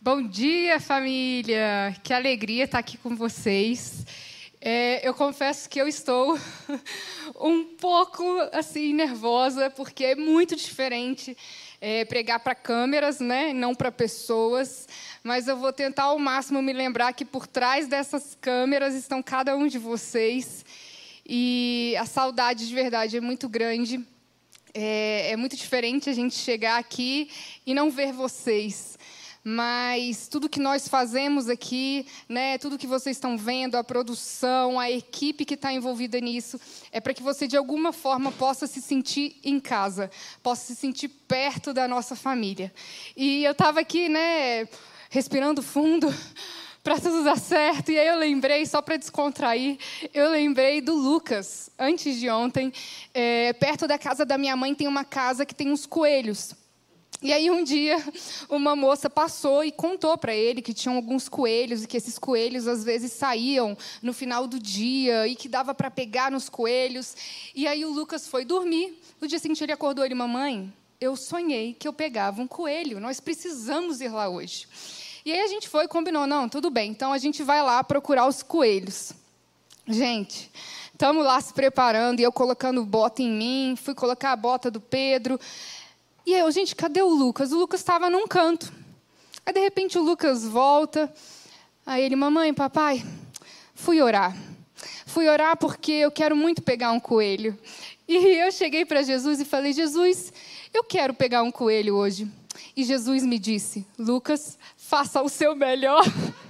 Bom dia, família! Que alegria estar aqui com vocês. Eu confesso que eu estou um pouco assim nervosa, porque é muito diferente pregar para câmeras, né, não para pessoas. Mas eu vou tentar ao máximo me lembrar que por trás dessas câmeras estão cada um de vocês. E a saudade de verdade é muito grande. É muito diferente a gente chegar aqui e não ver vocês. Mas tudo que nós fazemos aqui, né, tudo que vocês estão vendo, a produção, a equipe que está envolvida nisso, é para que você, de alguma forma, possa se sentir em casa, possa se sentir perto da nossa família. E eu estava aqui, né, respirando fundo, para tudo dar certo. E aí eu lembrei, só para descontrair, eu lembrei do Lucas, antes de ontem. Perto da casa da minha mãe tem uma casa que tem uns coelhos. E aí um dia uma moça passou e contou para ele que tinham alguns coelhos e que esses coelhos às vezes saíam no final do dia e que dava para pegar nos coelhos. E aí o Lucas foi dormir. No dia seguinte ele acordou e disse: mamãe, eu sonhei que eu pegava um coelho, nós precisamos ir lá hoje. E aí a gente foi e combinou: não, tudo bem, então a gente vai lá procurar os coelhos. Gente, estamos lá se preparando e eu colocando bota em mim, fui colocar a bota do Pedro. E aí, gente, cadê o Lucas? O Lucas estava num canto. Aí, de repente, o Lucas volta. Aí ele: mamãe, papai, fui orar. Fui orar porque eu quero muito pegar um coelho. E eu cheguei para Jesus e falei: Jesus, eu quero pegar um coelho hoje. E Jesus me disse: Lucas, faça o seu melhor.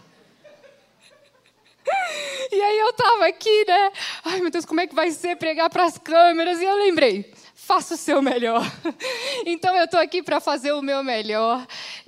E aí eu estava aqui, né? Ai, meu Deus, como é que vai ser pregar para as câmeras? E eu lembrei: faça o seu melhor. Então, eu estou aqui para fazer o meu melhor.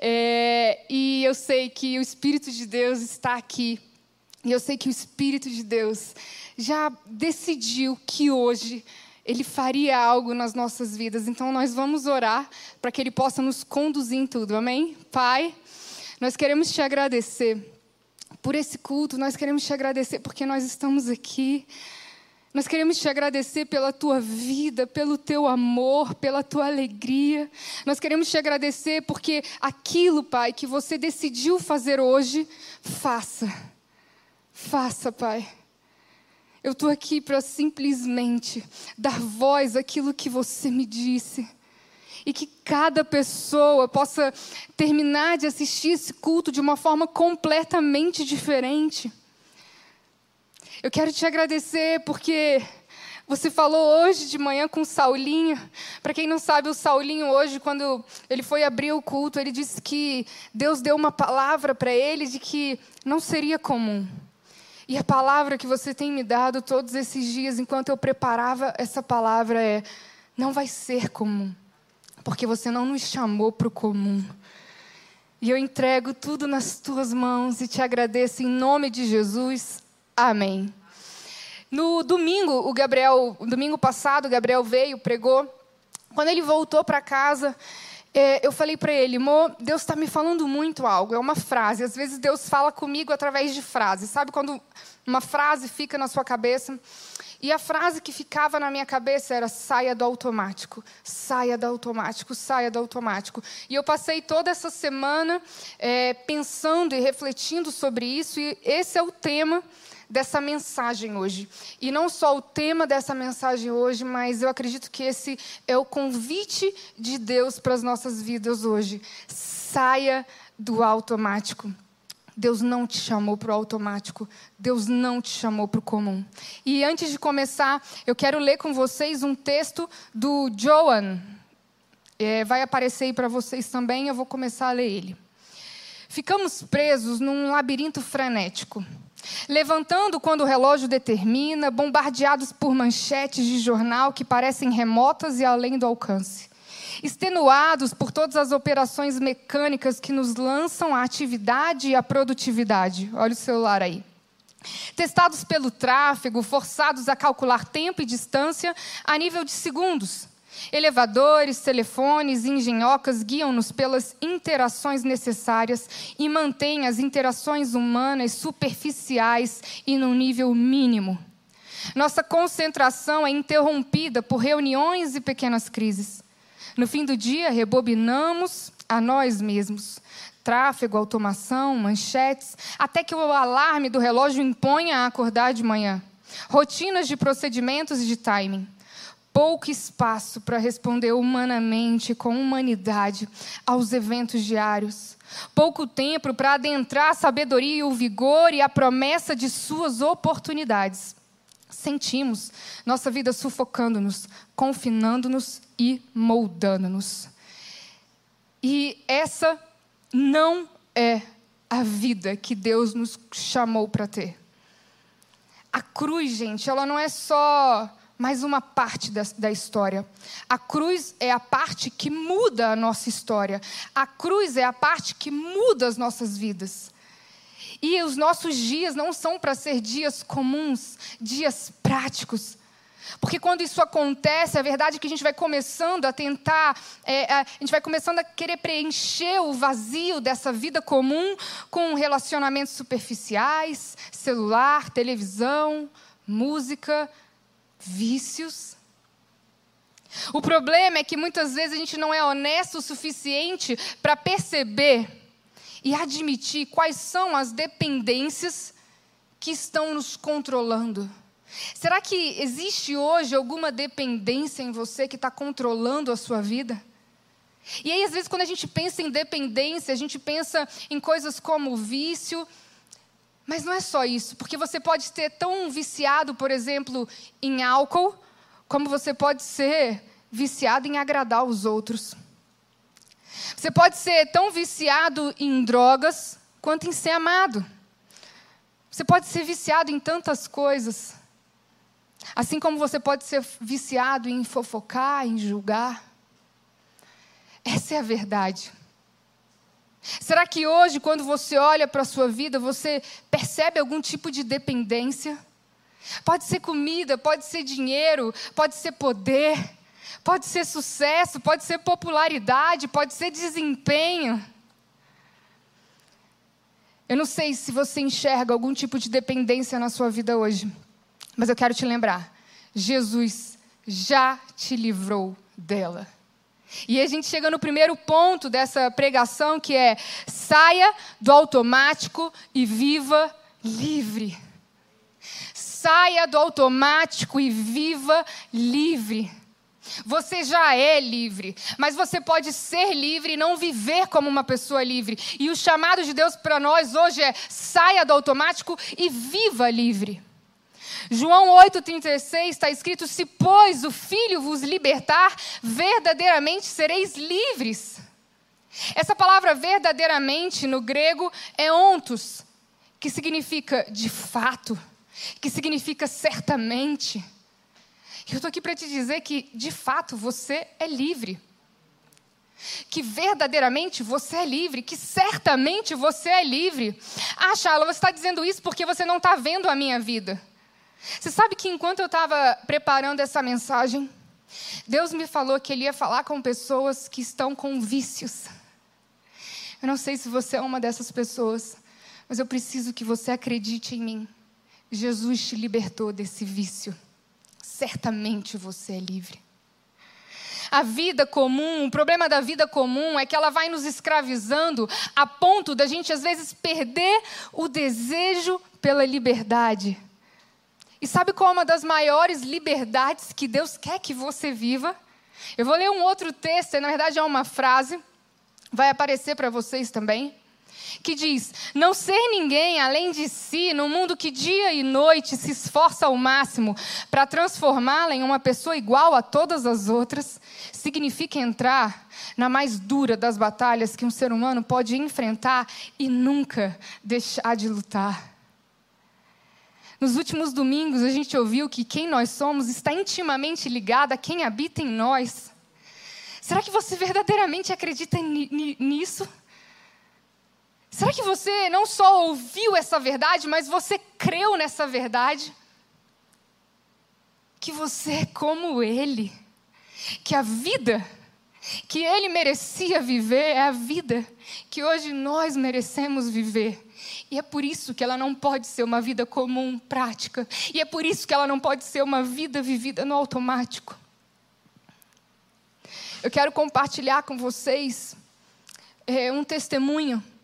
E eu sei que o Espírito de Deus está aqui. E eu sei que o Espírito de Deus já decidiu que hoje Ele faria algo nas nossas vidas. Então, nós vamos orar para que Ele possa nos conduzir em tudo. Amém? Pai, nós queremos Te agradecer por esse culto. Nós queremos Te agradecer porque nós estamos aqui. Nós queremos Te agradecer pela Tua vida, pelo Teu amor, pela Tua alegria. Nós queremos Te agradecer porque aquilo, Pai, que Você decidiu fazer hoje, faça. Faça, Pai. Eu estou aqui para simplesmente dar voz àquilo que Você me disse. E que cada pessoa possa terminar de assistir esse culto de uma forma completamente diferente. Eu quero Te agradecer porque Você falou hoje de manhã com o Saulinho. Para quem não sabe, o Saulinho hoje, quando ele foi abrir o culto, ele disse que Deus deu uma palavra para ele de que não seria comum. E a palavra que Você tem me dado todos esses dias, enquanto eu preparava essa palavra, não vai ser comum. Porque Você não nos chamou para o comum. E eu entrego tudo nas Tuas mãos e Te agradeço em nome de Jesus. Amém. No domingo, domingo passado, o Gabriel veio, pregou. Quando ele voltou para casa, eu falei para ele: amor, Deus está me falando muito algo. É uma frase. Às vezes Deus fala comigo através de frases. Sabe quando uma frase fica na sua cabeça? E a frase que ficava na minha cabeça era: saia do automático, saia do automático, saia do automático. E eu passei toda essa semana pensando e refletindo sobre isso. E esse é o tema dessa mensagem hoje. E não só o tema dessa mensagem hoje, mas eu acredito que esse é o convite de Deus para as nossas vidas hoje. Saia do automático. Deus não te chamou para o automático. Deus não te chamou para o comum. E antes de começar, eu quero ler com vocês um texto do Joan. Vai aparecer aí para vocês também, eu vou começar a ler ele. Ficamos presos num labirinto frenético. Levantando quando o relógio determina, bombardeados por manchetes de jornal que parecem remotas e além do alcance. Extenuados por todas as operações mecânicas que nos lançam à atividade e à produtividade. Olha o celular aí. Testados pelo tráfego, forçados a calcular tempo e distância a nível de segundos. Elevadores, telefones e engenhocas guiam-nos pelas interações necessárias e mantêm as interações humanas superficiais e num nível mínimo. Nossa concentração é interrompida por reuniões e pequenas crises. No fim do dia, rebobinamos a nós mesmos, tráfego, automação, manchetes, até que o alarme do relógio imponha a acordar de manhã. Rotinas de procedimentos e de timing. Pouco espaço para responder humanamente, com humanidade, aos eventos diários. Pouco tempo para adentrar a sabedoria, o vigor e a promessa de suas oportunidades. Sentimos nossa vida sufocando-nos, confinando-nos e moldando-nos. E essa não é a vida que Deus nos chamou para ter. A cruz, gente, ela não é só mais uma parte da história. A cruz é a parte que muda a nossa história. A cruz é a parte que muda as nossas vidas. E os nossos dias não são para ser dias comuns, dias práticos. Porque quando isso acontece, a verdade é que a gente vai começando a tentar, a gente vai começando a querer preencher o vazio dessa vida comum com relacionamentos superficiais, celular, televisão, música, vícios. O problema é que muitas vezes a gente não é honesto o suficiente para perceber e admitir quais são as dependências que estão nos controlando. Será que existe hoje alguma dependência em você que está controlando a sua vida? E aí, às vezes, quando a gente pensa em dependência, a gente pensa em coisas como vício. Mas não é só isso, porque você pode ser tão viciado, por exemplo, em álcool, como você pode ser viciado em agradar os outros. Você pode ser tão viciado em drogas, quanto em ser amado. Você pode ser viciado em tantas coisas. Assim como você pode ser viciado em fofocar, em julgar. Essa é a verdade. Será que hoje, quando você olha para a sua vida, você percebe algum tipo de dependência? Pode ser comida, pode ser dinheiro, pode ser poder, pode ser sucesso, pode ser popularidade, pode ser desempenho. Eu não sei se você enxerga algum tipo de dependência na sua vida hoje, mas eu quero te lembrar, Jesus já te livrou dela. E a gente chega no primeiro ponto dessa pregação, que é: saia do automático e viva livre. Saia do automático e viva livre. Você já é livre, mas você pode ser livre e não viver como uma pessoa livre. E o chamado de Deus para nós hoje é: saia do automático e viva livre. João 8,36 está escrito: se, pois, o Filho vos libertar, verdadeiramente sereis livres. Essa palavra verdadeiramente, no grego, é ontos, que significa de fato, que significa certamente. E eu estou aqui para te dizer que, de fato, você é livre. Que verdadeiramente você é livre, que certamente você é livre. Ah, Charla, você está dizendo isso porque você não está vendo a minha vida. Você sabe que enquanto eu estava preparando essa mensagem, Deus me falou que Ele ia falar com pessoas que estão com vícios. Eu não sei se você é uma dessas pessoas, mas eu preciso que você acredite em mim. Jesus te libertou desse vício. Certamente você é livre. A vida comum, o problema da vida comum é que ela vai nos escravizando a ponto da gente, às vezes, perder o desejo pela liberdade. E sabe qual é uma das maiores liberdades que Deus quer que você viva? Eu vou ler um outro texto, na verdade é uma frase, vai aparecer para vocês também, que diz: não ser ninguém além de si, num mundo que dia e noite se esforça ao máximo para transformá-la em uma pessoa igual a todas as outras, significa entrar na mais dura das batalhas que um ser humano pode enfrentar e nunca deixar de lutar. Nos últimos domingos, a gente ouviu que quem nós somos está intimamente ligado a quem habita em nós. Será que você verdadeiramente acredita nisso? Será que você não só ouviu essa verdade, mas você creu nessa verdade? Que você é como Ele. Que a vida que Ele merecia viver é a vida que hoje nós merecemos viver. E é por isso que ela não pode ser uma vida comum, prática. E é por isso que ela não pode ser uma vida vivida no automático. Eu quero compartilhar com vocês um testemunho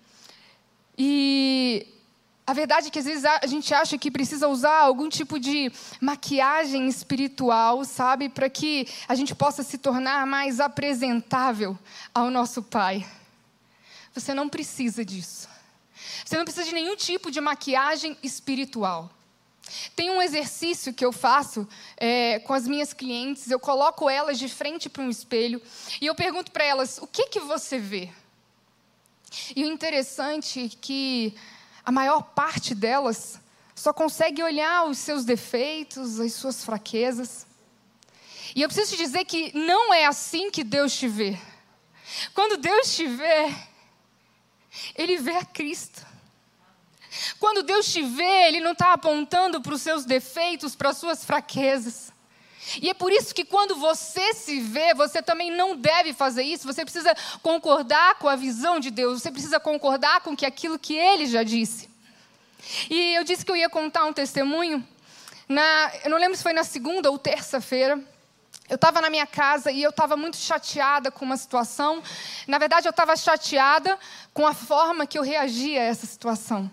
E a verdade é que às vezes a gente acha que precisa usar algum tipo de maquiagem espiritual, sabe? Para que a gente possa se tornar mais apresentável ao nosso Pai. Você não precisa disso. Você não precisa de nenhum tipo de maquiagem espiritual. Tem um exercício que eu faço com as minhas clientes. Eu coloco elas de frente para um espelho e eu pergunto para elas, o que você vê? E o interessante é que a maior parte delas só consegue olhar os seus defeitos, as suas fraquezas. E eu preciso te dizer que não é assim que Deus te vê. Quando Deus te vê, Ele vê a Cristo. Quando Deus te vê, Ele não está apontando para os seus defeitos, para as suas fraquezas. E é por isso que quando você se vê, você também não deve fazer isso. Você precisa concordar com a visão de Deus. Você precisa concordar com aquilo que Ele já disse. E eu disse que eu ia contar um testemunho. Eu não lembro se foi na segunda ou terça-feira. Eu estava na minha casa e eu estava muito chateada com uma situação. Na verdade, eu estava chateada com a forma que eu reagia a essa situação.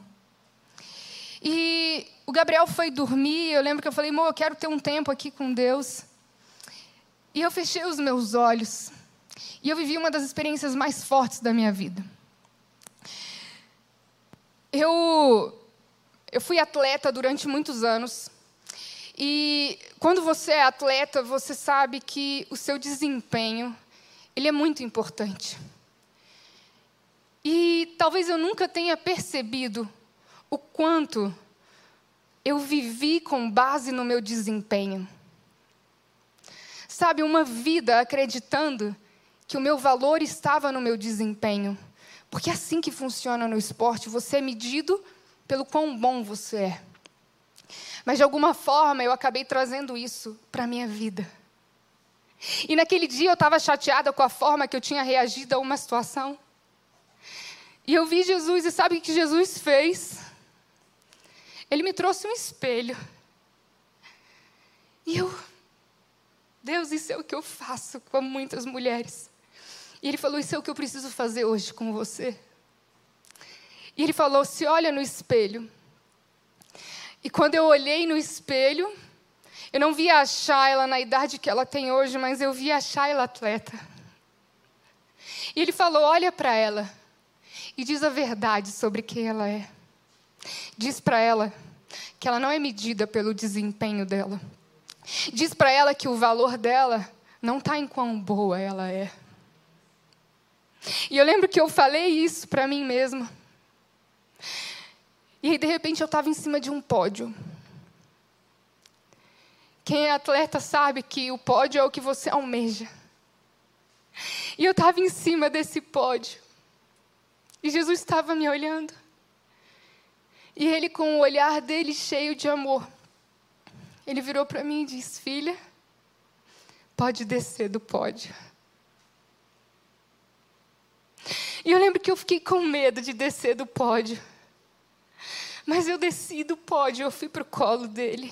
E o Gabriel foi dormir, eu lembro que eu falei, amor, eu quero ter um tempo aqui com Deus. E eu fechei os meus olhos. E eu vivi uma das experiências mais fortes da minha vida. Eu fui atleta durante muitos anos. E quando você é atleta, você sabe que o seu desempenho, ele é muito importante. E talvez eu nunca tenha percebido o quanto eu vivi com base no meu desempenho. Sabe, uma vida acreditando que o meu valor estava no meu desempenho. Porque é assim que funciona no esporte, você é medido pelo quão bom você é. Mas de alguma forma eu acabei trazendo isso para a minha vida. E naquele dia eu estava chateada com a forma que eu tinha reagido a uma situação. E eu vi Jesus, e sabe o que Jesus fez? Ele me trouxe um espelho. E Deus, isso é o que eu faço com muitas mulheres. E Ele falou, isso é o que eu preciso fazer hoje com você. E Ele falou, se olha no espelho. E quando eu olhei no espelho, eu não via a Shayla na idade que ela tem hoje, mas eu via a Shayla atleta. E Ele falou, olha para ela e diz a verdade sobre quem ela é. Diz para ela que ela não é medida pelo desempenho dela. Diz para ela que o valor dela não está em quão boa ela é. E eu lembro que eu falei isso para mim mesma. E aí, de repente, eu estava em cima de um pódio. Quem é atleta sabe que o pódio é o que você almeja. E eu estava em cima desse pódio. E Jesus estava me olhando. E Ele, com o olhar dele cheio de amor, Ele virou para mim e disse, filha, pode descer do pódio. E eu lembro que eu fiquei com medo de descer do pódio. Mas eu desci do pódio, eu fui para o colo dele.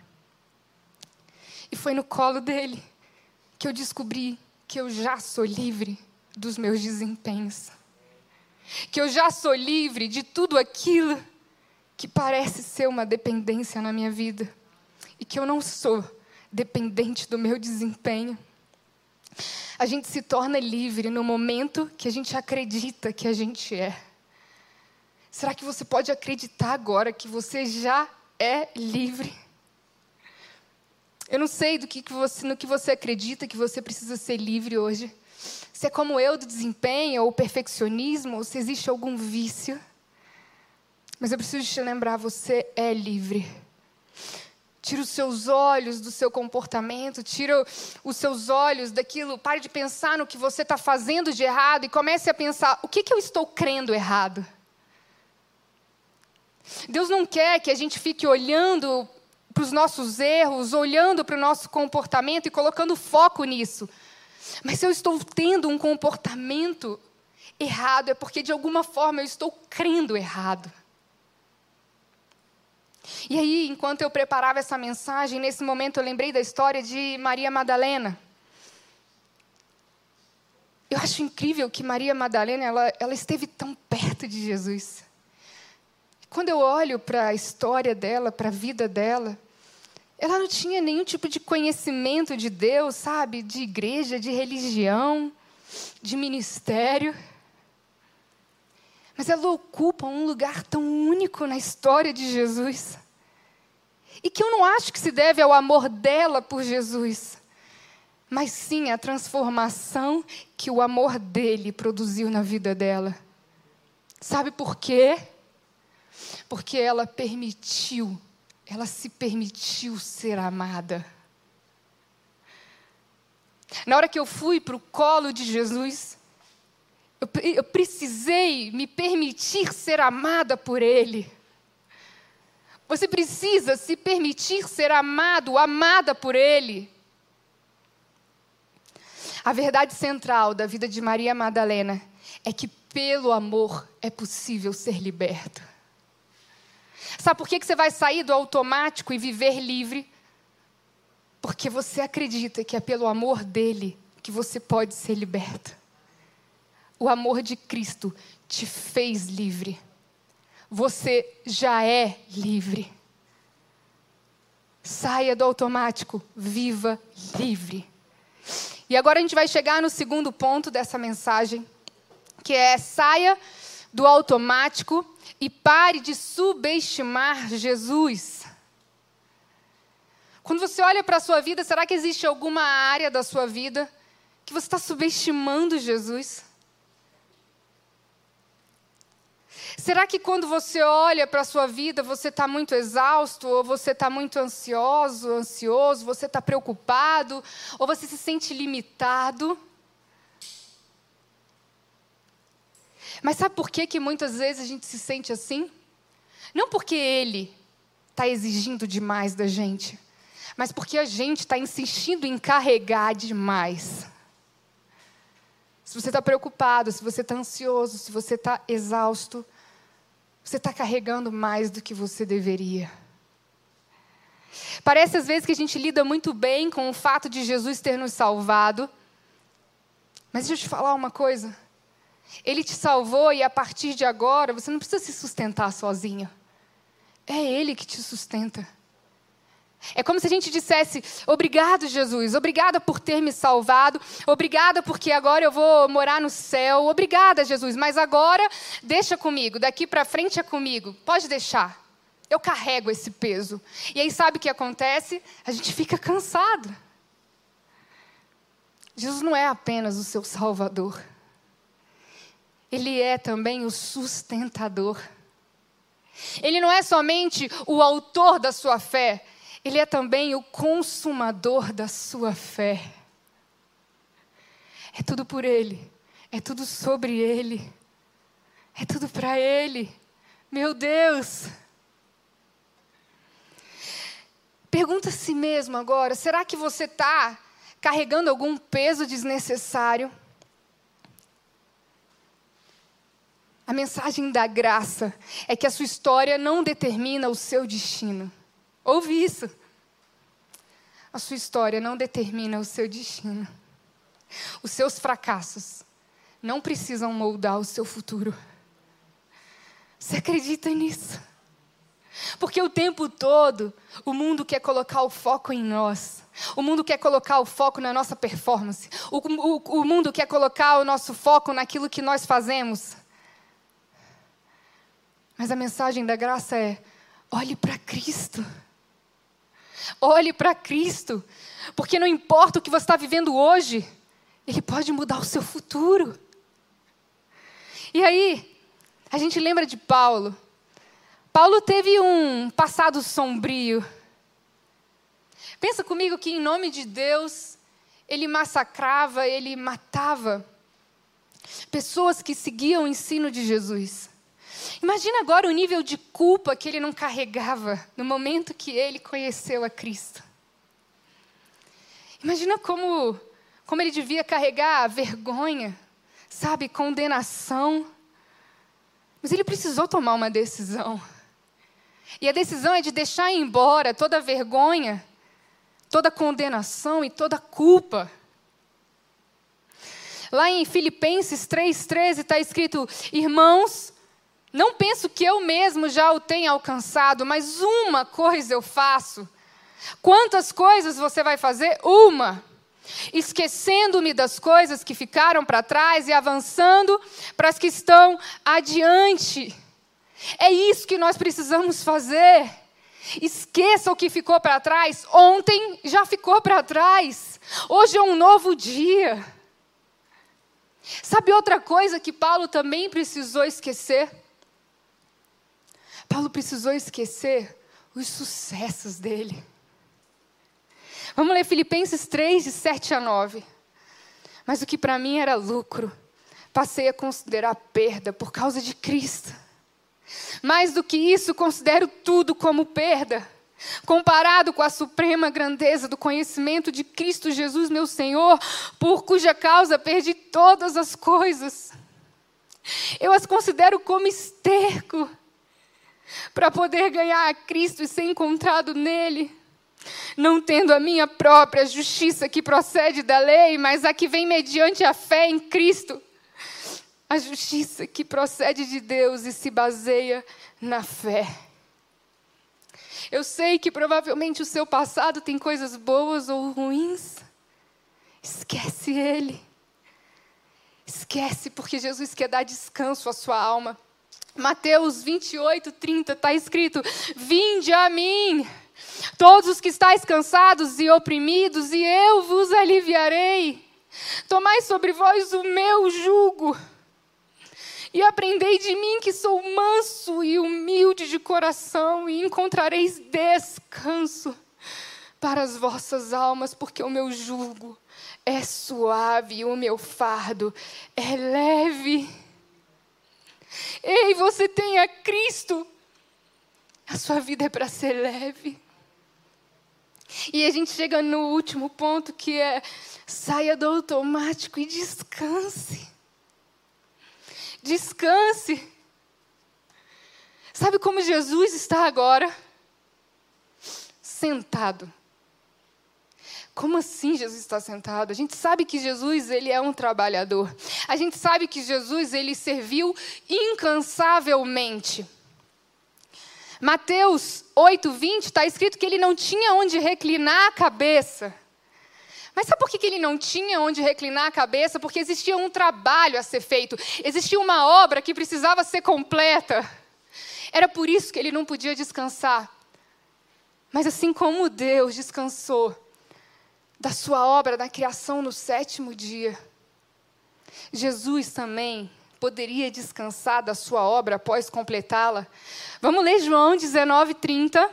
E foi no colo dele que eu descobri que eu já sou livre dos meus desempenhos. Que eu já sou livre de tudo aquilo que parece ser uma dependência na minha vida. E que eu não sou dependente do meu desempenho. A gente se torna livre no momento que a gente acredita que a gente é. Será que você pode acreditar agora que você já é livre? Eu não sei no que você acredita que você precisa ser livre hoje. Se é como eu, do desempenho, ou perfeccionismo, ou se existe algum vício. Mas eu preciso te lembrar, você é livre. Tira os seus olhos do seu comportamento, tira os seus olhos daquilo, pare de pensar no que você está fazendo de errado e comece a pensar, o que eu estou crendo errado? Deus não quer que a gente fique olhando para os nossos erros, olhando para o nosso comportamento e colocando foco nisso. Mas se eu estou tendo um comportamento errado, é porque de alguma forma eu estou crendo errado. E aí, enquanto eu preparava essa mensagem, nesse momento eu lembrei da história de Maria Madalena. Eu acho incrível que Maria Madalena, ela esteve tão perto de Jesus. quando eu olho para a história dela, para a vida dela, ela não tinha nenhum tipo de conhecimento de Deus, sabe? De igreja, de religião, de ministério. Mas ela ocupa um lugar tão único na história de Jesus. E que eu não acho que se deve ao amor dela por Jesus, mas sim à transformação que o amor dele produziu na vida dela. Sabe por quê? Porque ela se permitiu ser amada. Na hora que eu fui para o colo de Jesus, eu precisei me permitir ser amada por Ele. Você precisa se permitir ser amado, amada por Ele. A verdade central da vida de Maria Madalena é que pelo amor é possível ser liberto. Sabe por que você vai sair do automático e viver livre? Porque você acredita que é pelo amor dele que você pode ser liberto. O amor de Cristo te fez livre. Você já é livre. Saia do automático, viva livre. E agora a gente vai chegar no segundo ponto dessa mensagem, que é: saia do automático e pare de subestimar Jesus. Quando você olha para a sua vida, será que existe alguma área da sua vida que você está subestimando Jesus? Será que quando você olha para a sua vida, você está muito exausto, ou você está muito ansioso, você está preocupado, ou você se sente limitado? Mas sabe por que muitas vezes a gente se sente assim? Não porque Ele está exigindo demais da gente, mas porque a gente está insistindo em carregar demais. Se você está preocupado, se você está ansioso, se você está exausto, você está carregando mais do que você deveria. Parece às vezes que a gente lida muito bem com o fato de Jesus ter nos salvado. Mas deixa eu te falar uma coisa. Ele te salvou e a partir de agora você não precisa se sustentar sozinho. É Ele que te sustenta. É como se a gente dissesse: obrigado, Jesus, obrigada por ter me salvado, obrigada porque agora eu vou morar no céu, obrigada, Jesus, mas agora deixa comigo, daqui para frente é comigo, pode deixar, eu carrego esse peso. E aí sabe o que acontece? A gente fica cansado. Jesus não é apenas o seu Salvador, Ele é também o sustentador. Ele não é somente o autor da sua fé, Ele é também o consumador da sua fé. É tudo por Ele. É tudo sobre Ele. É tudo para Ele. Meu Deus! Pergunta a si mesmo agora: será que você está carregando algum peso desnecessário? A mensagem da graça é que a sua história não determina o seu destino. Ouve isso. A sua história não determina o seu destino. Os seus fracassos não precisam moldar o seu futuro. Você acredita nisso? Porque o tempo todo o mundo quer colocar o foco em nós. O mundo quer colocar o foco na nossa performance. O mundo quer colocar o nosso foco naquilo que nós fazemos. Mas a mensagem da graça é: olhe para Cristo. Olhe para Cristo, porque não importa o que você está vivendo hoje, Ele pode mudar o seu futuro. E aí, a gente lembra de Paulo. Paulo teve um passado sombrio. Pensa comigo que em nome de Deus, ele massacrava, ele matava pessoas que seguiam o ensino de Jesus. Imagina agora o nível de culpa que ele não carregava no momento que ele conheceu a Cristo. Imagina como ele devia carregar vergonha, sabe, condenação. Mas ele precisou tomar uma decisão. E a decisão é de deixar embora toda a vergonha, toda a condenação e toda a culpa. Lá em Filipenses 3,13 está escrito: irmãos, Não penso que eu mesmo já o tenha alcançado, mas uma coisa eu faço. Quantas coisas você vai fazer? Uma. Esquecendo-me das coisas que ficaram para trás e avançando para as que estão adiante. É isso que nós precisamos fazer. Esqueça o que ficou para trás. Ontem já ficou para trás. Hoje é um novo dia. Sabe outra coisa que Paulo também precisou esquecer? Paulo precisou esquecer os sucessos dele. Vamos ler Filipenses 3, de 7 a 9. Mas o que para mim era lucro, passei a considerar perda por causa de Cristo. Mais do que isso, considero tudo como perda, comparado com a suprema grandeza do conhecimento de Cristo Jesus, meu Senhor, por cuja causa perdi todas as coisas. Eu as considero como esterco, para poder ganhar a Cristo e ser encontrado nele, não tendo a minha própria justiça que procede da lei, mas a que vem mediante a fé em Cristo. A justiça que procede de Deus e se baseia na fé. Eu sei que provavelmente o seu passado tem coisas boas ou ruins. Esquece ele. Esquece, porque Jesus quer dar descanso à sua alma. Mateus 28, 30 está escrito: vinde a mim, todos os que estáis cansados e oprimidos, e eu vos aliviarei. Tomai sobre vós o meu jugo, e aprendei de mim, que sou manso e humilde de coração, e encontrareis descanso para as vossas almas, porque o meu jugo é suave e o meu fardo é leve. Ei, você tem a Cristo, a sua vida é para ser leve. E a gente chega no último ponto, que é: saia do automático e descanse. Descanse. Sabe como Jesus está agora? Sentado. Como assim Jesus está sentado? A gente sabe que Jesus, ele é um trabalhador. A gente sabe que Jesus, ele serviu incansavelmente. Mateus 8:20 está escrito que ele não tinha onde reclinar a cabeça. Mas sabe por que ele não tinha onde reclinar a cabeça? Porque existia um trabalho a ser feito. Existia uma obra que precisava ser completa. Era por isso que ele não podia descansar. Mas assim como Deus descansou da sua obra da criação no 7º dia, Jesus também poderia descansar da sua obra após completá-la. Vamos ler João 19:30.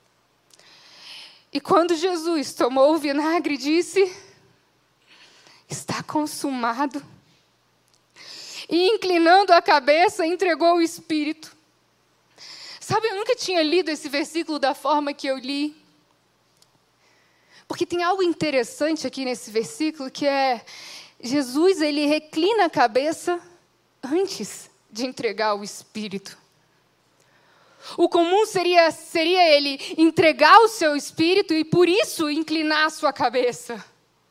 E quando Jesus tomou o vinagre, disse: está consumado. E inclinando a cabeça, entregou o Espírito. Sabe, eu nunca tinha lido esse versículo da forma que eu li. Porque tem algo interessante aqui nesse versículo, que é: Jesus, ele reclina a cabeça antes de entregar o Espírito. O comum seria ele entregar o seu espírito e por isso inclinar a sua cabeça.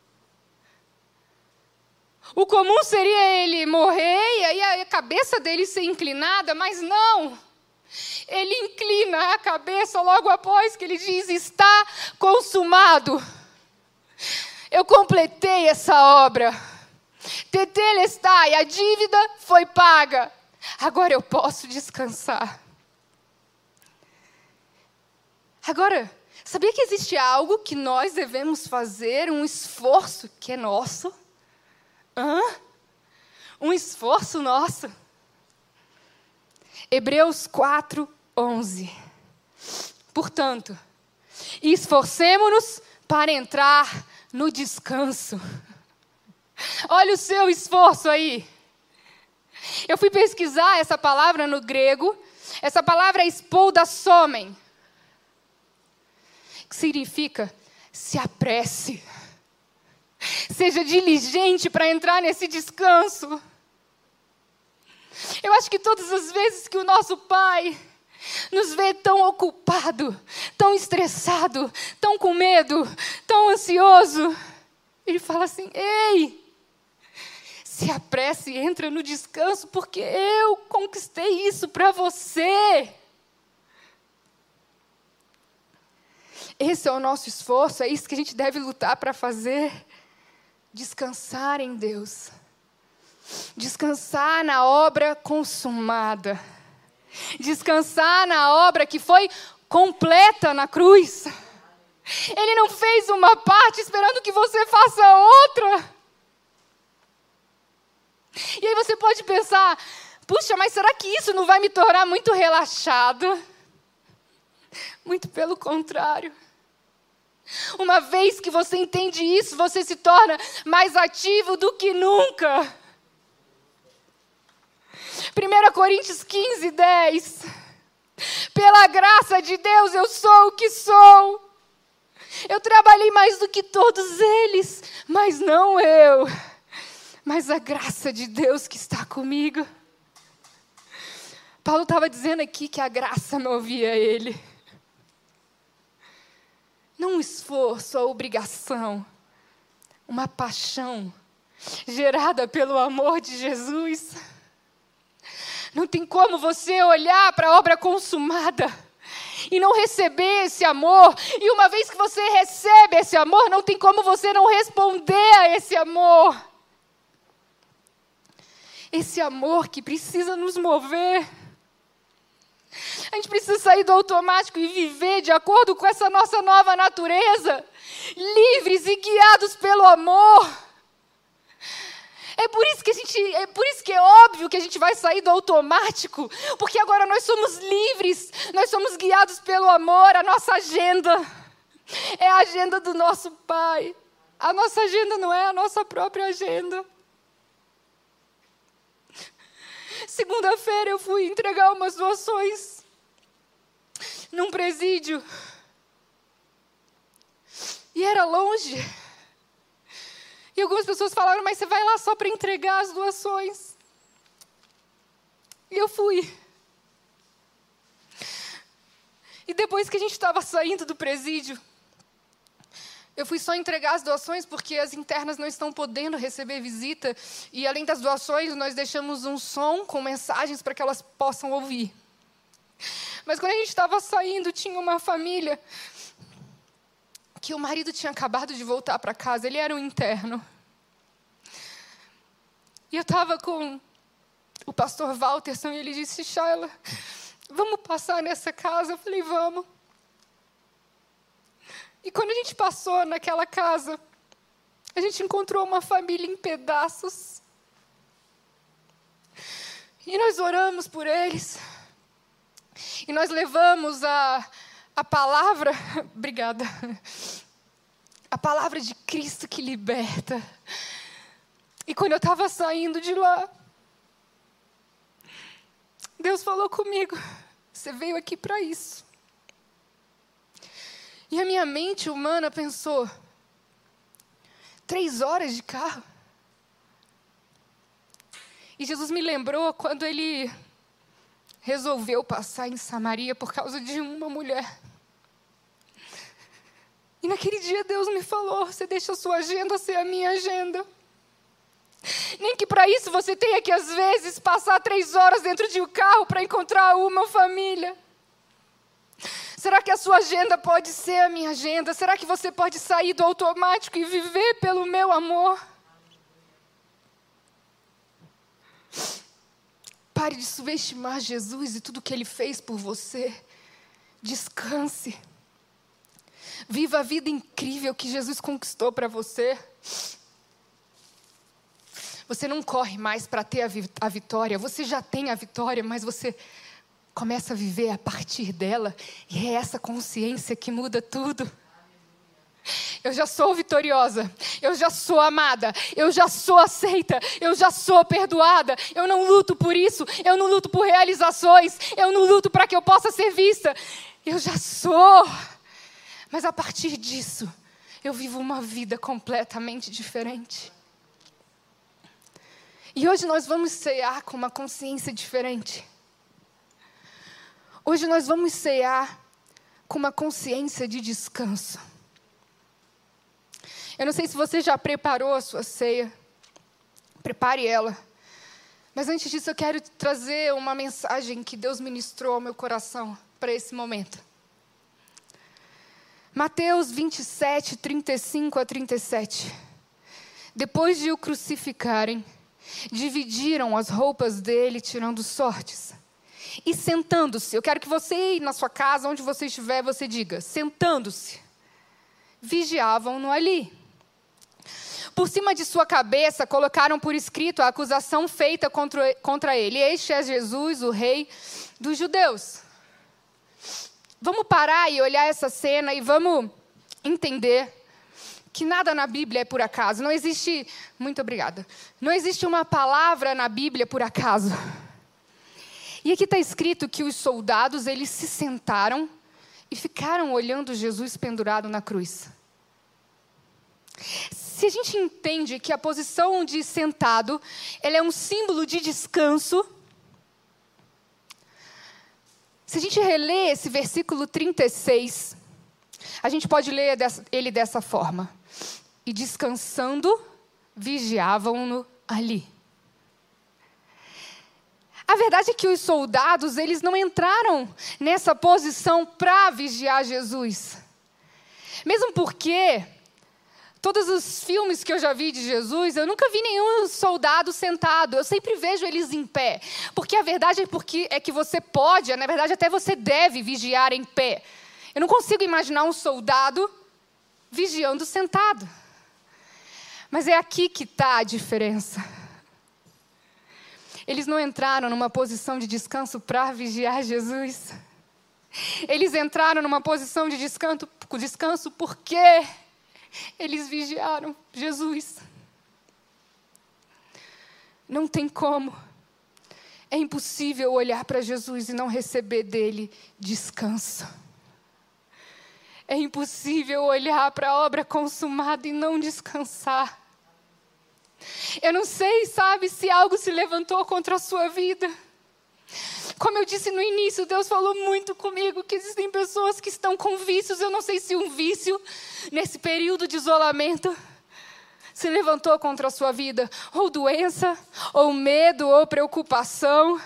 O comum seria ele morrer e aí a cabeça dele ser inclinada, mas não. Ele inclina a cabeça logo após que ele diz: está consumado. Eu completei essa obra. Tetelestai, a dívida foi paga. Agora eu posso descansar. Agora, sabia que existe algo que nós devemos fazer, um esforço que é nosso? Um esforço nosso. Hebreus 4:11. Portanto, esforcemo-nos para entrar no descanso. Olha o seu esforço aí. Eu fui pesquisar essa palavra no grego. Essa palavra é espoudasomen, que significa: se apresse. Seja diligente para entrar nesse descanso. Eu acho que todas as vezes que o nosso Pai nos vê tão ocupado, tão estressado, tão com medo, tão ansioso, Ele fala assim: ei, Se apresse e entra no descanso, porque eu conquistei isso para você. Esse é o nosso esforço, é isso que a gente deve lutar para fazer. Descansar em Deus. Descansar na obra consumada. Descansar na obra que foi completa na cruz. Ele não fez uma parte esperando que você faça outra. E aí você pode pensar, puxa, mas será que isso não vai me tornar muito relaxada? Muito pelo contrário. Uma vez que você entende isso, você se torna mais ativo do que nunca. 1 Coríntios 15, 10. Pela graça de Deus eu sou o que sou. Eu trabalhei mais do que todos eles, mas não eu. Mas a graça de Deus que está comigo. Paulo estava dizendo aqui que a graça movia ele. Não um esforço, a obrigação, uma paixão gerada pelo amor de Jesus. Não tem como você olhar para a obra consumada e não receber esse amor. E uma vez que você recebe esse amor, não tem como você não responder a esse amor. Esse amor que precisa nos mover. A gente precisa sair do automático e viver de acordo com essa nossa nova natureza, livres e guiados pelo amor. É por isso que é óbvio que a gente vai sair do automático, porque agora nós somos livres, nós somos guiados pelo amor. A nossa agenda é a agenda do nosso Pai. A nossa agenda não é a nossa própria agenda. Segunda-feira eu fui entregar umas doações num presídio. E era longe. E algumas pessoas falaram, mas você vai lá só para entregar as doações. E eu fui. E depois que a gente estava saindo do presídio, eu fui só entregar as doações porque as internas não estão podendo receber visita. E além das doações, nós deixamos um som com mensagens para que elas possam ouvir. Mas quando a gente estava saindo, tinha uma família que o marido tinha acabado de voltar para casa. Ele era um interno. E eu estava com o pastor Walterson e ele disse, Shayla, vamos passar nessa casa? Eu falei, vamos. E quando a gente passou naquela casa, a gente encontrou uma família em pedaços. E nós oramos por eles. E nós levamos a palavra, obrigada, a palavra de Cristo que liberta. E quando eu estava saindo de lá, Deus falou comigo, você veio aqui para isso. E a minha mente humana pensou, 3 horas de carro? E Jesus me lembrou quando ele resolveu passar em Samaria por causa de uma mulher. E naquele dia Deus me falou, você deixa a sua agenda ser a minha agenda. Nem que para isso você tenha que, às vezes, passar 3 horas dentro de um carro para encontrar uma família. Será que a sua agenda pode ser a minha agenda? Será que você pode sair do automático e viver pelo meu amor? Pare de subestimar Jesus e tudo que Ele fez por você. Descanse. Viva a vida incrível que Jesus conquistou para você. Você não corre mais para ter a vitória. Você já tem a vitória, mas você começa a viver a partir dela. E é essa consciência que muda tudo. Eu já sou vitoriosa, eu já sou amada, eu já sou aceita, eu já sou perdoada. Eu não luto por isso, eu não luto por realizações, eu não luto para que eu possa ser vista. Eu já sou. Mas a partir disso, eu vivo uma vida completamente diferente. E hoje nós vamos cear com uma consciência diferente. Hoje nós vamos cear com uma consciência de descanso. Eu não sei se você já preparou a sua ceia. Prepare ela. Mas antes disso, eu quero trazer uma mensagem que Deus ministrou ao meu coração para esse momento. Mateus 27, 35 a 37. Depois de o crucificarem, dividiram as roupas dele, tirando sortes. E sentando-se, eu quero que você aí na sua casa, onde você estiver, você diga, sentando-se, vigiavam-no ali. Por cima de sua cabeça, colocaram por escrito a acusação feita contra ele. Este é Jesus, o rei dos judeus. Vamos parar e olhar essa cena e vamos entender que nada na Bíblia é por acaso. Não existe, muito obrigada, não existe uma palavra na Bíblia por acaso. E aqui está escrito que os soldados, eles se sentaram e ficaram olhando Jesus pendurado na cruz. Se a gente entende que a posição de sentado, ela é um símbolo de descanso. Se a gente reler esse versículo 36, a gente pode ler ele dessa forma. E descansando, vigiavam-no ali. A verdade é que os soldados, eles não entraram nessa posição para vigiar Jesus. Mesmo porque, todos os filmes que eu já vi de Jesus, eu nunca vi nenhum soldado sentado. Eu sempre vejo eles em pé. Porque a verdade é que você pode, na verdade até você deve vigiar em pé. Eu não consigo imaginar um soldado vigiando sentado. Mas é aqui que está a diferença. Eles não entraram numa posição de descanso para vigiar Jesus. Eles entraram numa posição de descanso porque eles vigiaram Jesus. Não tem como. É impossível olhar para Jesus e não receber dele descanso. É impossível olhar para a obra consumada e não descansar. Eu não sei, sabe, se algo se levantou contra a sua vida. Como eu disse no início, Deus falou muito comigo que existem pessoas que estão com vícios. Eu não sei se um vício, nesse período de isolamento, se levantou contra a sua vida. Ou doença, ou medo, ou preocupação.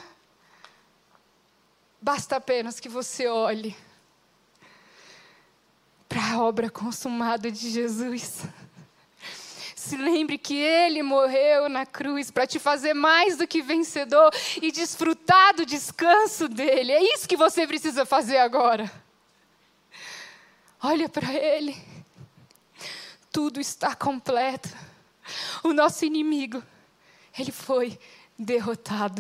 Basta apenas que você olhe para a obra consumada de Jesus. Se lembre que Ele morreu na cruz para te fazer mais do que vencedor e desfrutar do descanso dEle. É isso que você precisa fazer agora. Olha para Ele. Tudo está completo. O nosso inimigo, ele foi derrotado.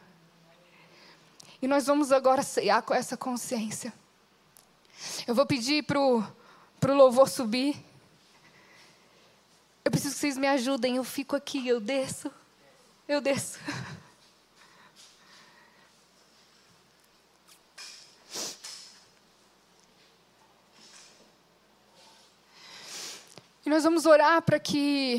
E nós vamos agora ceiar com essa consciência. Eu vou pedir para o louvor subir. Eu preciso que vocês me ajudem. Eu fico aqui, eu desço. E nós vamos orar para que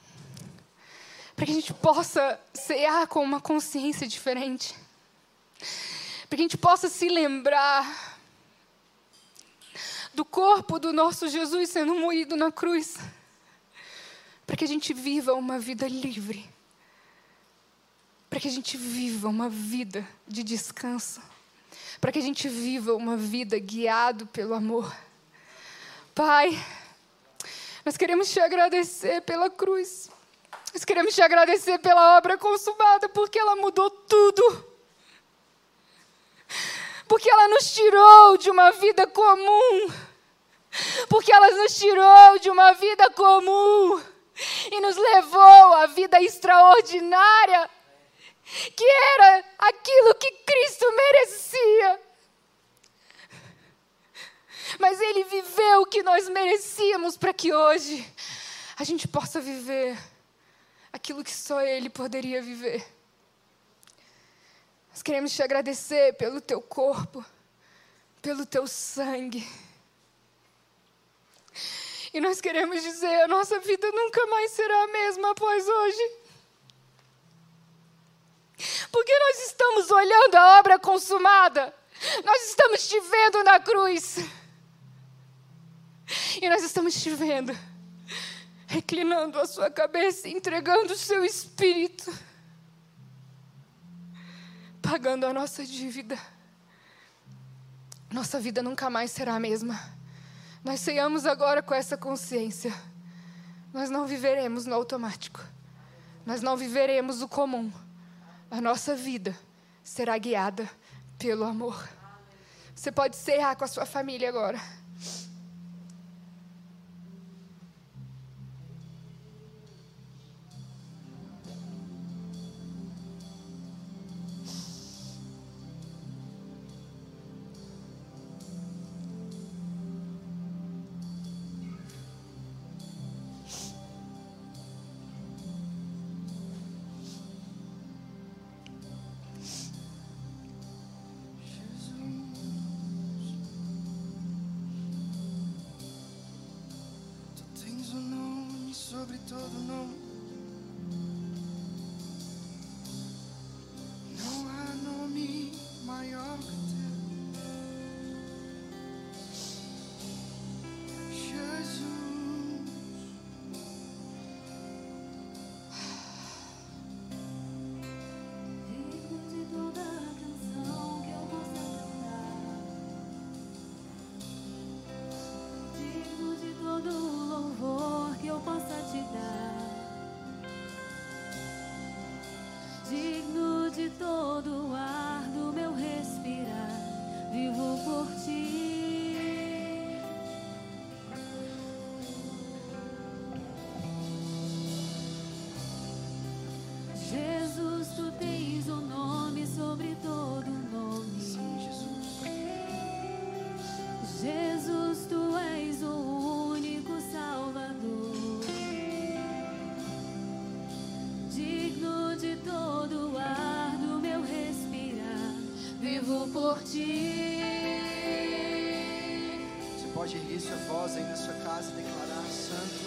a gente possa cear com uma consciência diferente. Para que a gente possa se lembrar do corpo do nosso Jesus sendo moído na cruz. Para que a gente viva uma vida livre. Para que a gente viva uma vida de descanso. Para que a gente viva uma vida guiado pelo amor. Pai, nós queremos te agradecer pela cruz. Nós queremos te agradecer pela obra consumada, porque ela mudou tudo. Porque ela nos tirou de uma vida comum. Porque ela nos tirou de uma vida comum. E nos levou à vida extraordinária, que era aquilo que Cristo merecia. Mas Ele viveu o que nós merecíamos para que hoje a gente possa viver aquilo que só Ele poderia viver. Nós queremos te agradecer pelo teu corpo, pelo teu sangue. E nós queremos dizer, a nossa vida nunca mais será a mesma após hoje. Porque nós estamos olhando a obra consumada. Nós estamos te vendo na cruz. E nós estamos te vendo reclinando a sua cabeça, entregando o seu espírito, pagando a nossa dívida. Nossa vida nunca mais será a mesma. Nós ceiamos agora com essa consciência. Nós não viveremos no automático. Nós não viveremos o comum. A nossa vida será guiada pelo amor. Você pode ceiar com a sua família agora. Sobre todo nome, não há nome maior que teu, Jesus. Digno de toda canção que eu possa cantar, digno de todo louvor que eu possa te dar, digno de todo o ar do meu respirar, vivo por ti. Jesus, tu tens o nome sobre todo nome. Sim, Jesus. Jesus, tu és o único Salvador, digno de todo o ar do meu respirar, vivo por ti. Você pode erguer sua voz aí na sua casa e declarar: Santo,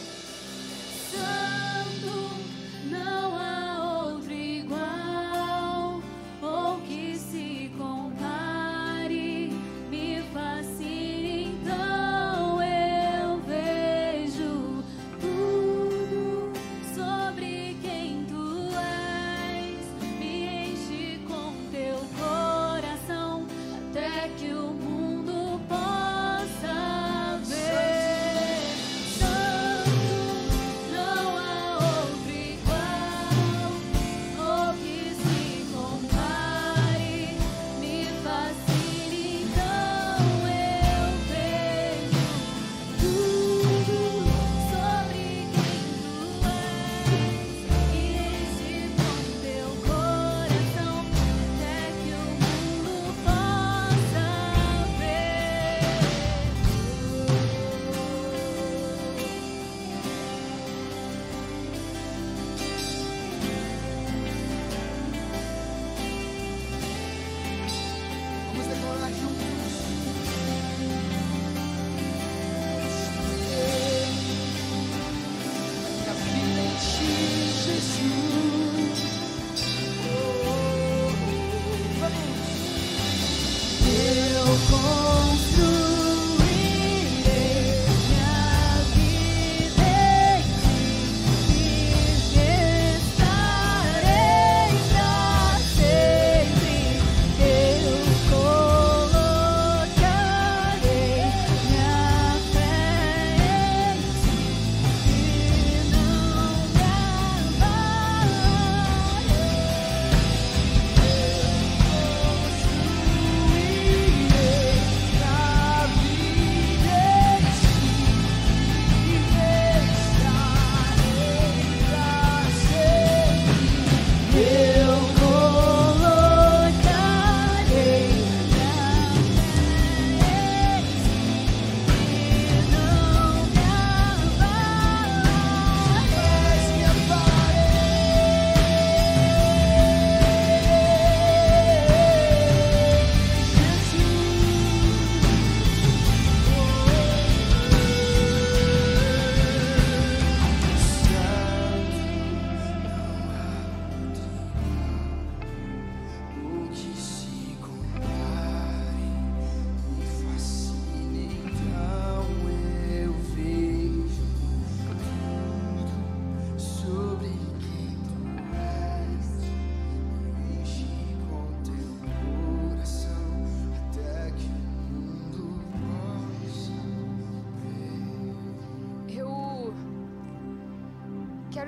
Santo, não há outro igual, ou que se compare, me fascina, então eu vejo tudo sobre quem tu és, me enche com teu coração, até que o mundo possa ver. Santo, não há outro igual.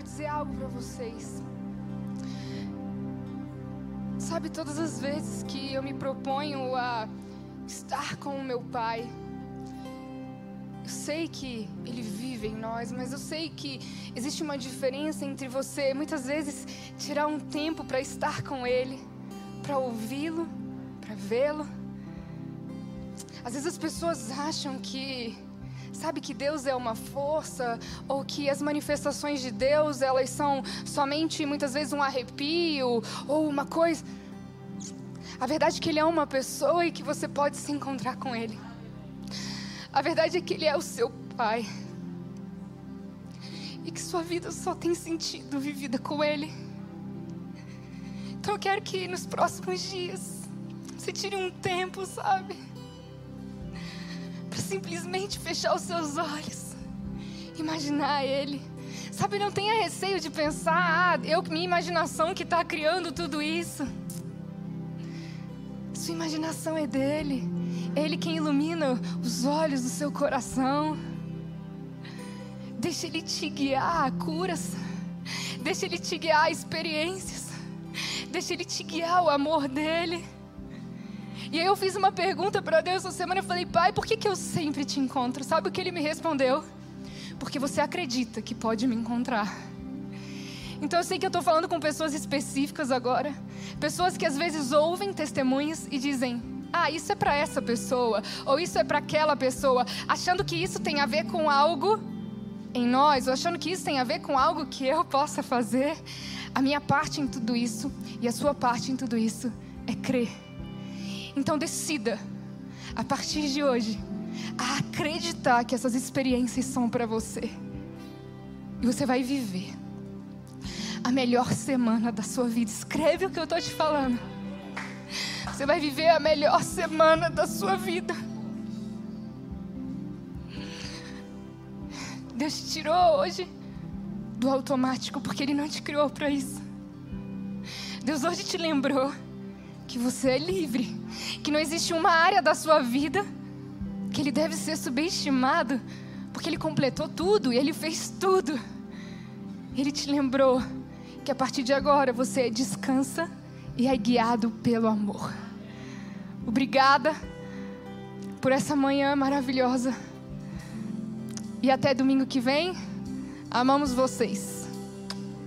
dizer algo para vocês. Sabe, todas as vezes que eu me proponho a estar com o meu Pai, eu sei que Ele vive em nós, mas eu sei que existe uma diferença entre você, muitas vezes, tirar um tempo para estar com Ele, para ouvi-lo, para vê-lo. Às vezes as pessoas acham que, sabe, que Deus é uma força, ou que as manifestações de Deus, elas são somente, muitas vezes, um arrepio, ou uma coisa. A verdade é que Ele é uma pessoa e que você pode se encontrar com Ele. A verdade é que Ele é o seu Pai. E que sua vida só tem sentido vivida com Ele. Então eu quero que nos próximos dias você tire um tempo, sabe? Para simplesmente fechar os seus olhos. Imaginar Ele. Sabe, não tenha receio de pensar, minha imaginação que está criando tudo isso. Sua imaginação é dele. É Ele quem ilumina os olhos do seu coração. Deixa Ele te guiar a curas. Deixa Ele te guiar a experiências. Deixa Ele te guiar o amor dele. E aí eu fiz uma pergunta para Deus essa semana. Eu falei: Pai, por que eu sempre te encontro? Sabe o que Ele me respondeu? Porque você acredita que pode me encontrar. Então eu sei que eu estou falando com pessoas específicas agora. Pessoas que às vezes ouvem testemunhos e dizem: isso é para essa pessoa, ou isso é para aquela pessoa, achando que isso tem a ver com algo em nós, ou achando que isso tem a ver com algo que eu possa fazer. A minha parte em tudo isso e a sua parte em tudo isso é crer. Então decida, a partir de hoje, a acreditar que essas experiências são para você. E você vai viver a melhor semana da sua vida. Escreve o que eu estou te falando. Você vai viver a melhor semana da sua vida. Deus te tirou hoje do automático, porque Ele não te criou para isso. Deus hoje te lembrou que você é livre, que não existe uma área da sua vida que Ele deve ser subestimado, porque Ele completou tudo e Ele fez tudo. Ele te lembrou que a partir de agora você descansa e é guiado pelo amor. Obrigada por essa manhã maravilhosa. E até domingo que vem. Amamos vocês.